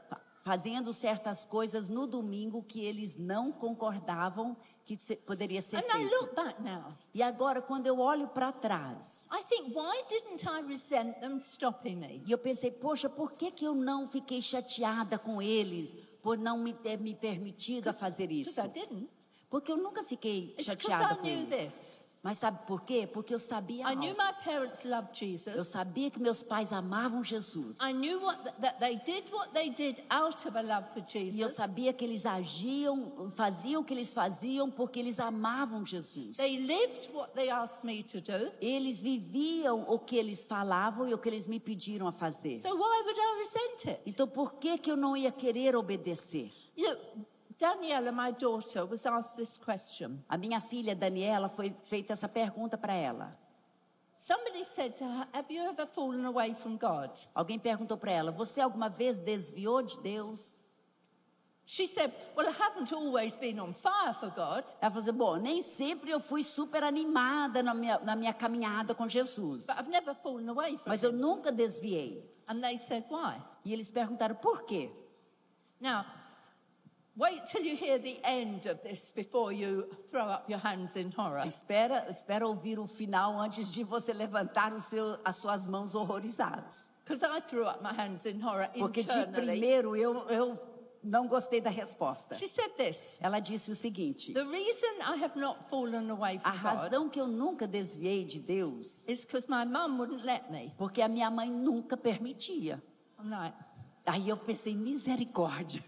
fazendo certas coisas no domingo que eles não concordavam que se, poderia ser And I feito. look back now. E agora, quando eu olho para trás, I think, why didn't I resent them stopping me? e eu pensei, poxa, por que, que eu não fiquei chateada com eles por não me ter me permitido a fazer Because isso? I didn't. Porque eu nunca fiquei It's because chateada I com knew eles. this. Mas sabe por quê? Porque eu sabia I knew algo. my parents loved Eu Jesus. sabia que meus pais amavam Jesus. I knew what th- that they did what they did out of a love for E eu Jesus. sabia que eles agiam, faziam o que eles faziam porque eles amavam Jesus. They lived what they asked me to do. Eles viviam o que eles falavam e o que eles me pediram a fazer. So why would I resent it? Então por que que eu não ia querer obedecer? You know, Daniela, my daughter, was asked this question. A minha filha Daniela foi feita essa pergunta para ela. Somebody said to her, have you ever fallen away from God? Alguém perguntou para ela: você alguma vez desviou de Deus? She said, well, I haven't always been on fire for God. Ela falou assim: bom, nem sempre eu fui super animada na minha, na minha caminhada com Jesus. But I've never fallen away from Mas eu him. nunca desviei. And they said, why? E eles perguntaram por quê? Now, wait till you hear the end of this before you throw up your hands in horror. Espera, espera ouvir o final antes de você levantar o seu, as suas mãos horrorizadas. Because I threw up my hands in horror Porque de internally. primeiro eu, eu não gostei da resposta. She said this, Ela disse o seguinte: the reason I have not fallen away a from God razão que eu nunca desviei de Deus is because my mum wouldn't let me. porque a minha mãe nunca permitia. I'm like, Aí eu pensei, misericórdia.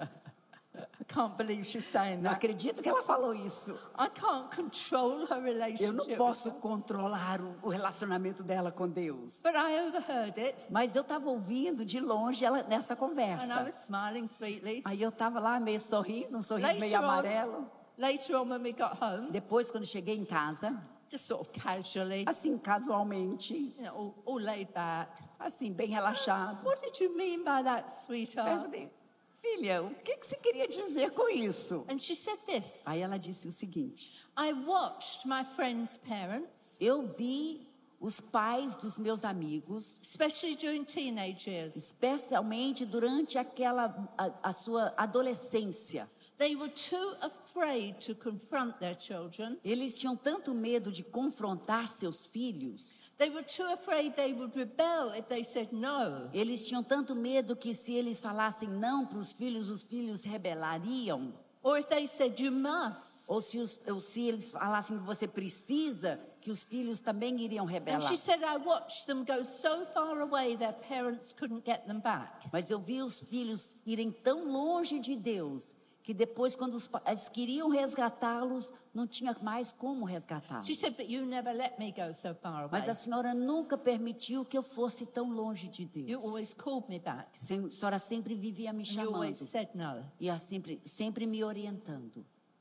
I can't believe she's saying Não that. acredito que ela falou isso. I can't control her relationship. Eu não with posso God. controlar o, o relacionamento dela com Deus. But I overheard it, Mas eu estava ouvindo de longe ela nessa and I conversa. was smiling sweetly. Aí eu estava lá meio sorrindo, um sorriso meio Later on, amarelo. later on when we got home, Depois, quando cheguei em casa, just sort of casually, assim, casualmente, you know, all, all laid back. assim, bem relaxado, What did you mean by that, sweetheart? perguntei: filha, o que, que você queria dizer com isso? And she said this, Aí ela disse o seguinte: I watched my friends' parents, eu vi os pais dos meus amigos, especially during teenage years. especialmente durante aquela a, a sua adolescência. They were too afraid to confront their children. Eles tinham tanto medo de confrontar seus filhos. They were too afraid they would rebel if they said no. Eles tinham tanto medo que se eles falassem não para os filhos, os filhos rebelariam. Or if they said you must. Ou se, os, ou se eles falassem que você precisa, que os filhos também iriam And rebelar. she said, I watched them go so far away their parents couldn't get them back. Mas eu vi os filhos irem tão longe de Deus, que depois, quando os pais queriam resgatá-los, não tinha mais como resgatá-los. She said, but you never let me go so far away. Mas a senhora nunca permitiu que eu fosse tão longe de You Deus. always called me back. A senhora sempre vivia me And you always chamando said no. e a sempre, sempre me orientando.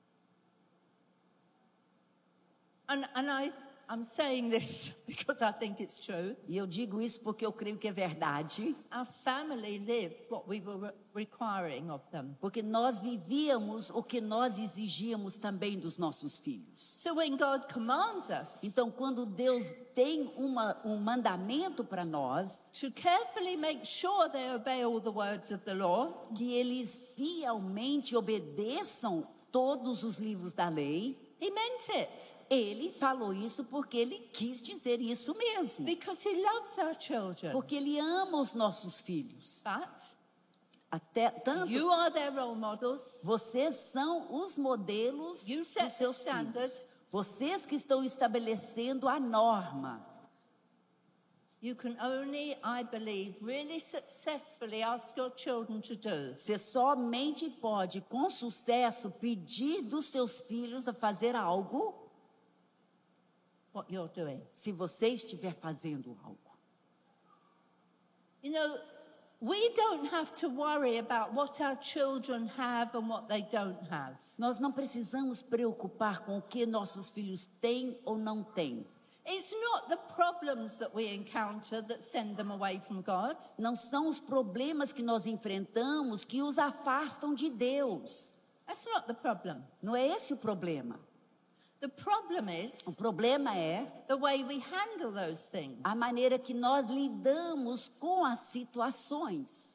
And, and I, I'm saying this because I think it's true. E eu digo isso porque eu creio que é verdade. Our family lived what we were re- requiring of them. Porque nós vivíamos o que nós exigíamos também dos nossos filhos. So when God commands us Então, quando Deus tem uma, um mandamento para nós, to carefully make sure they obey all the words of the law, que eles fielmente obedeçam todos os livros da lei, He meant it ele falou isso porque ele quis dizer isso mesmo. because He loves our children. Porque ele ama os nossos filhos. But Até tanto, you are their role models. vocês são os modelos You set dos seus the standard. filhos. Vocês que estão estabelecendo a norma. You can only, I believe, really successfully ask your children to do Você somente pode, com sucesso, pedir dos seus filhos a fazer algo what you're doing. se você estiver fazendo algo. You know, we don't have to worry about what our children have and what they don't have. Nós não precisamos preocupar com o que nossos filhos têm ou não têm. It's not the problems that we encounter that send them away from God. Não são os problemas que nós enfrentamos que os afastam de Deus. That's not the problem. Não é esse o problema. The problem is O problema é the way we handle those things. a maneira que nós lidamos com as situações.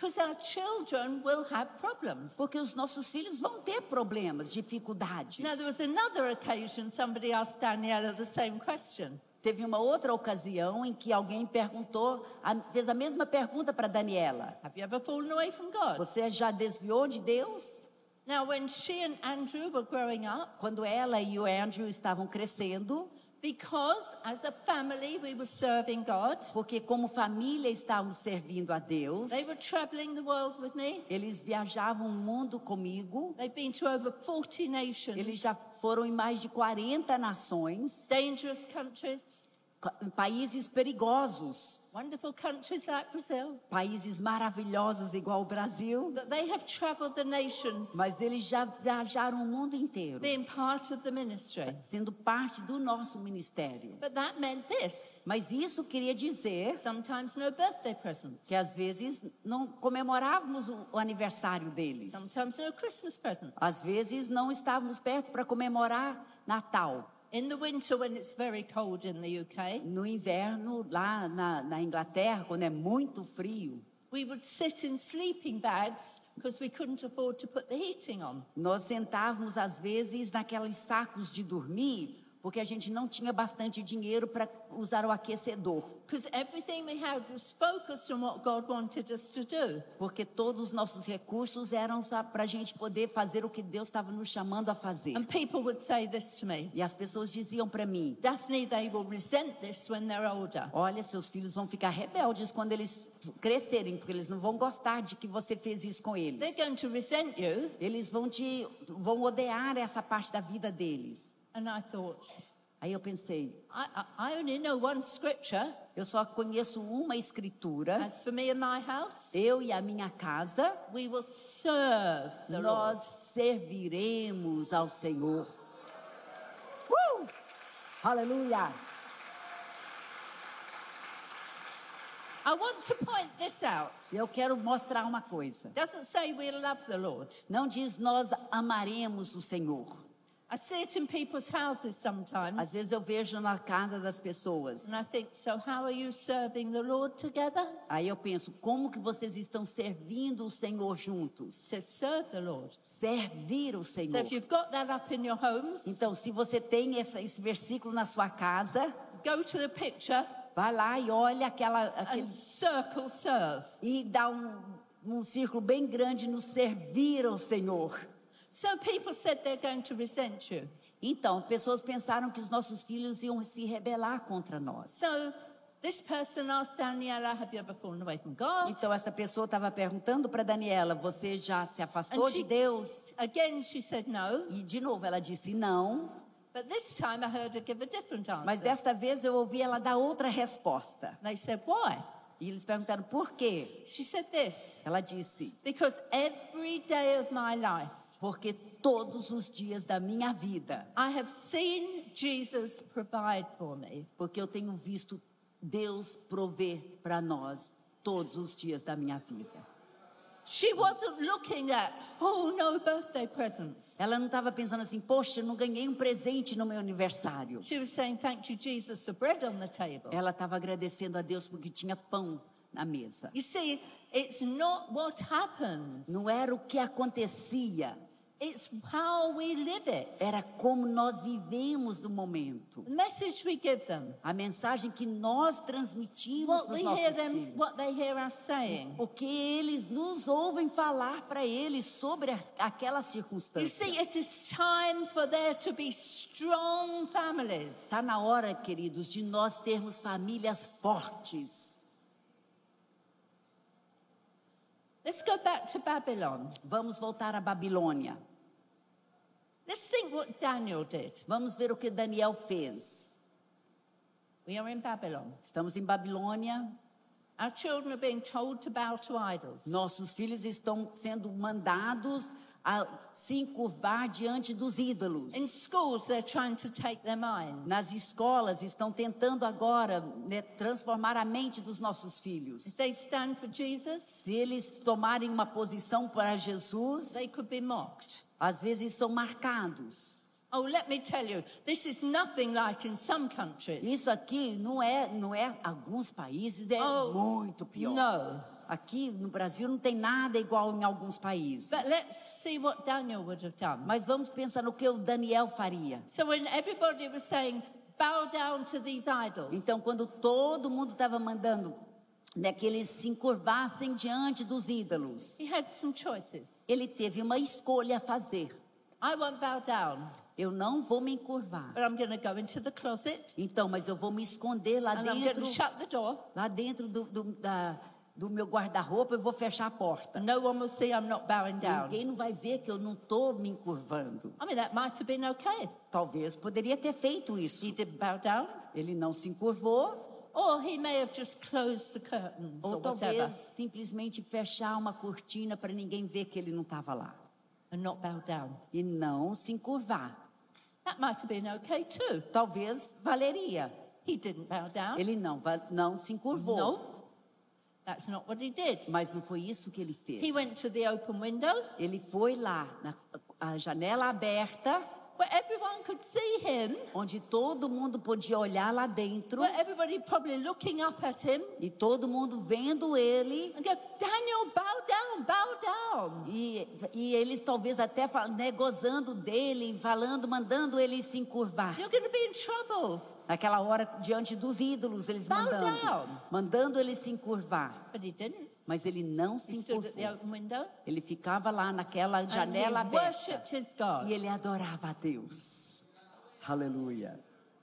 Because our children will have problems. Porque os nossos filhos vão ter problemas, dificuldades. Now, there was another occasion somebody asked Daniela the same question. Teve uma outra ocasião em que alguém perguntou, fez a mesma pergunta para Daniela. Have you ever fallen away from God? Você já desviou de Deus? Now, when she and Andrew were growing up, Quando ela e o Andrew estavam crescendo, because as a family we were serving God, porque como família estávamos servindo a Deus, they were traveling the world with me. eles viajavam o mundo comigo, They've been to over forty nations, eles já foram em mais de quarenta nações, dangerous countries, em países perigosos, wonderful countries like Brazil. países maravilhosos igual o Brasil, But they have traveled the nations, mas eles já viajaram o mundo inteiro, being part of the ministry. sendo parte do nosso ministério. But that meant this. Mas isso queria dizer Sometimes no birthday presents. que às vezes não comemorávamos o, o aniversário deles. Sometimes no Christmas presents. Às vezes não estávamos perto para comemorar Natal. In the winter when it's very cold in the U K, No inverno, lá na, na Inglaterra, quando é muito frio, we would sit in sleeping bags because we couldn't afford to put the heating on. nós sentávamos às vezes naqueles sacos de dormir, porque a gente não tinha bastante dinheiro para usar o aquecedor. Because everything we had was focused on what God wanted us to do. Porque todos os nossos recursos eram para a gente poder fazer o que Deus estava nos chamando a fazer. And people would say this to me, E as pessoas diziam para mim, Daphne, they will resent this when they're older. olha, seus filhos vão ficar rebeldes quando eles crescerem, porque eles não vão gostar de que você fez isso com eles. They're going to resent you. Eles vão te vão odiar essa parte da vida deles. And I thought, Aí eu pensei, I, I, I only know one scripture. eu só conheço uma escritura. As for me and my house, Eu e a minha casa, we will serve the nós Lord. serviremos ao Senhor. Uh! Aleluia! I want to point this out. Eu quero mostrar uma coisa. Doesn't say we love the Lord. Não diz nós amaremos o Senhor. I see it in people's houses sometimes. Às vezes eu vejo na casa das pessoas. And I think, so how are you serving the Lord together? Aí eu penso, como que vocês estão servindo o Senhor juntos? It says serve the Lord. Servir o So Senhor. if you've got that up in your homes, Então, se você tem essa, esse versículo na sua casa, go to the picture vai lá e olha aquela, and aquele, circle serve. e dá um, um círculo bem grande no servir ao Senhor. So people said they're going to resent you. Então, pessoas pensaram que os nossos filhos iam se rebelar contra nós. So this person asked Daniela, have you ever fallen away from God? Então, essa pessoa estava perguntando para Daniela, você já se afastou And she- de Deus? Again, she said no. E, de novo, ela disse não. But this time I heard her give a different answer. Mas desta vez eu ouvi ela dar outra resposta. They said, why? E eles perguntaram por quê? She said this, Ela disse, because every day of my life, porque todos os dias da minha vida, I have seen Jesus provide for me. porque eu tenho visto Deus prover para nós todos os dias da minha vida. She wasn't looking at, oh, no birthday presents. Ela não estava pensando assim, poxa, eu não ganhei um presente no meu aniversário. She was saying, thank you, Jesus, for bread on the table. Ela estava agradecendo a Deus porque tinha pão na mesa. You see, it's not what happens. Não era o que acontecia, It's how we live it. era como nós vivemos o momento. The message we give them. A mensagem que nós transmitimos What para os we hear nossos them, filhos. what they hear us saying. O que eles nos ouvem falar para eles sobre as- aquela You circunstância. see, it is time for there to be strong families. Está na hora, queridos, de nós termos famílias fortes. Let's go back to Babylon. Vamos voltar à Babilônia. Let's think what Daniel did. Vamos ver o que Daniel fez. We are in Babylon. Estamos em Babilônia. Our children are being told to bow to idols. Nossos filhos estão sendo mandados a se encurvar diante dos ídolos. In schools, they're trying to take their minds. Nas escolas estão tentando agora, né, transformar a mente dos nossos If filhos. they stand for Jesus, Se eles tomarem uma posição para Jesus, they could be mocked. às vezes são marcados. Oh, let me tell you, this is nothing like in some countries. Isso aqui não é, não é alguns países, é Oh, muito pior. No. Aqui no Brasil não tem nada igual em alguns países. But let's see what Daniel would have done. Mas vamos pensar no que o Daniel faria. So when everybody was saying, bow down to these idols, Então, quando todo mundo estava mandando, né, que eles se encurvassem diante dos ídolos, he had some choices. ele teve uma escolha a fazer. I won't bow down, Eu não vou me encurvar. but I'm going to go into the closet Então, mas eu vou me esconder lá and I'm going dentro, to shut the door. lá dentro do, do, da, do meu guarda-roupa, eu vou fechar a porta. No one will see I'm not bowing down. Ninguém não vai ver que eu não estou me encurvando. I mean, that might have been okay. Talvez poderia ter feito isso. He didn't bow down. Ele não se encurvou, Or he may have just closed the curtains ou or whatever talvez simplesmente fechar uma cortina para ninguém ver que ele não estava lá. and not bow down. E não se encurvar. That might have been okay too. Talvez valeria. He didn't bow down. Ele não, va- não se encurvou. No, that's not what he did. Mas não foi isso que ele fez. He went to the open window Ele foi lá, na a janela aberta, where everyone could see him, onde todo mundo podia olhar lá dentro, where everybody probably looking up at him e todo mundo vendo ele, and go, Daniel, bow down, bow down. e, e eles talvez até fal- né, gozando dele, falando, mandando ele se encurvar. You're going to be in trouble. Naquela hora, diante dos ídolos, eles Bow mandando, down. mandando ele se encurvar. But he didn't. Mas ele não se He stood at the encurvou. open window Ele ficava lá naquela and he janela aberta. worshipped his God. E ele adorava a Deus. Aleluia.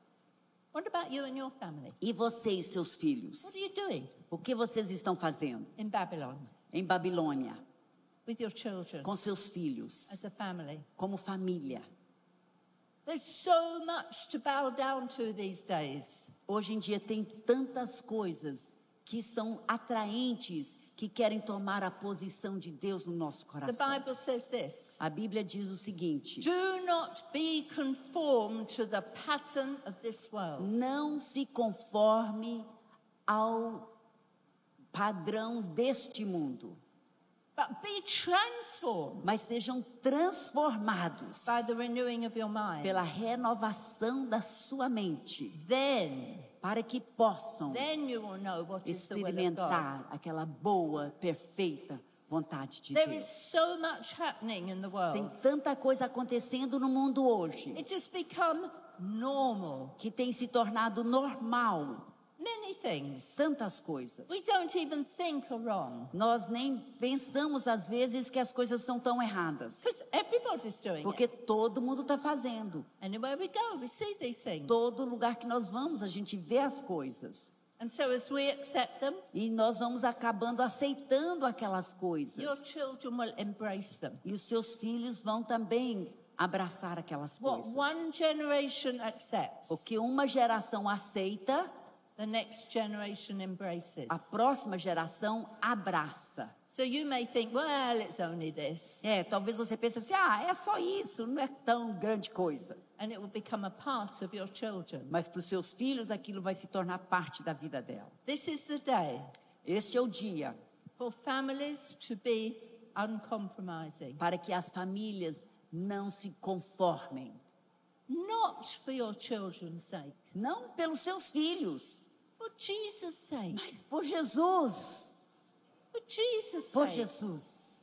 What about you and your family? E você e seus What filhos? are you doing O que vocês estão fazendo in Babylon em Babilônia, with your children com seus filhos, as a family? como família? There's so much to bow down to these days. Hoje em dia tem tantas coisas que são atraentes, que querem tomar a posição de Deus no nosso The coração. Bible says this. A Bíblia diz o seguinte: Do not be conformed to the pattern of this world. não se conforme ao padrão deste mundo, But be transformed mas sejam transformados by the renewing of your mind. pela renovação da sua mente, Then, para que possam then you will know what is the will of God. experimentar aquela boa, perfeita vontade de There is Deus. so much happening in the Tem world. tanta coisa acontecendo no mundo hoje It just become normal. que tem se tornado normal, Many things tantas coisas. we don't even think are wrong. Nós nem pensamos às vezes que as coisas são tão erradas, Because everybody's doing porque it. todo mundo está fazendo. Anywhere we go, we see these things. Todo lugar que nós vamos, a gente vê as coisas. And so as we accept them, E nós vamos acabando aceitando aquelas your coisas. children will embrace them. E os seus filhos vão também abraçar aquelas What coisas. one generation accepts, O que uma geração aceita, the next generation embraces. a próxima geração abraça. So you may think, well, it's only this. É, talvez você pense assim, ah, é só isso, não é tão grande coisa. And it will become a part of your children. Mas para os seus filhos, aquilo vai se tornar parte da vida dela. This is the day Este é o dia for families to be uncompromising. para que as famílias não se conformem. Not for your children's sake, Não pelos seus filhos, for Jesus' sake. mas por Jesus. For Jesus' Por sake. Jesus.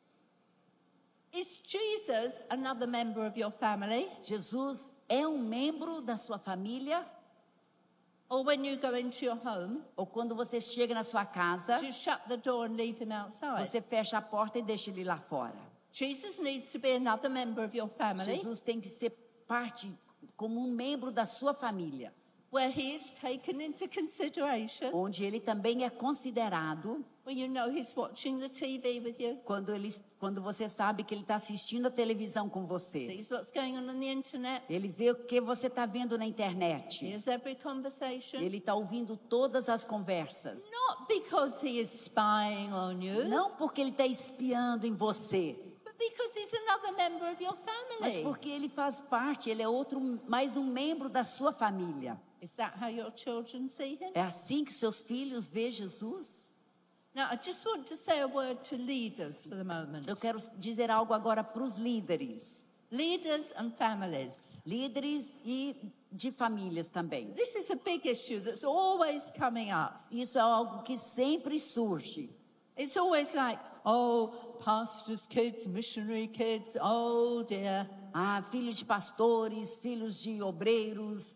Is Jesus another member of your family? Jesus é um membro da sua família? Or when you go into your home, Ou quando você chega na sua casa, do you shut the door and leave him outside? você fecha a porta e deixa ele lá fora? Jesus needs to be another member of your family Jesus tem que ser parte, como um membro da sua família, where he is taken into consideration onde ele também é considerado when you know he's watching the T V with you, quando, ele, quando você sabe que ele está assistindo a televisão com você. sees what's going on on the internet, Ele vê o que você está vendo na internet. hears every conversation. Ele está ouvindo todas as conversas. Not because he is spying on you, Não porque ele está espiando em você, but because he's another member of your mas family. porque ele faz parte, ele é outro, mais um membro da sua família. Is that how your children see him? É assim que seus filhos veem Jesus? Now, I just want to say a word to leaders for the moment. Eu quero dizer algo agora para os líderes. Leaders and families. Líderes e de famílias também. This is a big issue that's always coming up. Isso é algo que sempre surge. It's always like, oh, pastors' kids, missionary kids, oh dear. Ah, filhos de pastores, filhos de obreiros.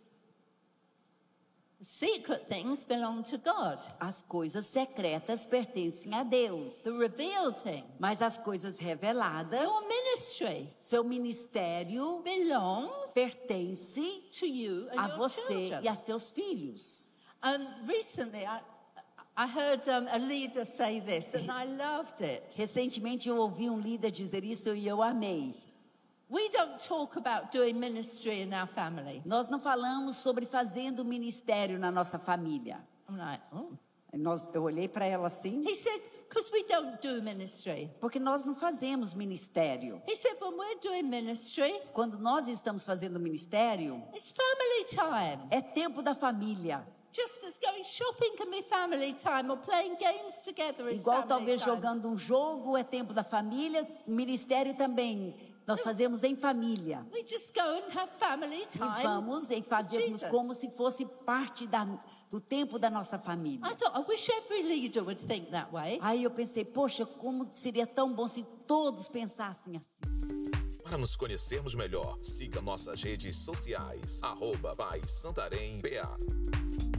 Secret things belong to God. As coisas secretas pertencem a Deus. The revealed things. Mas as coisas reveladas, Your ministry seu ministério belongs pertence to you and a your você children. e a seus filhos. And recently, I, I heard um, a leader say this, and I loved it. Recentemente eu ouvi um líder dizer isso e eu amei. We don't talk about doing ministry in our family. Nós não falamos sobre fazendo ministério na nossa família. I'm like, oh. Nós, eu olhei para ela assim, He said, because we don't do ministry. porque nós não fazemos ministério. He said, when we're doing ministry, Quando nós estamos fazendo ministério, it's family time. é tempo da família. Just as going shopping can be family time, or playing games together is Igual family talvez time. jogando um jogo é tempo da família, ministério também. Nós fazemos em família. We just go and have family E time. vamos e fazemos Jesus. como se fosse parte da, do tempo da nossa família. I thought, I wish every leader would think that way. Aí eu pensei, poxa, como seria tão bom se todos pensassem assim. Para nos conhecermos melhor, siga nossas redes sociais, arroba Paz Santarém B A.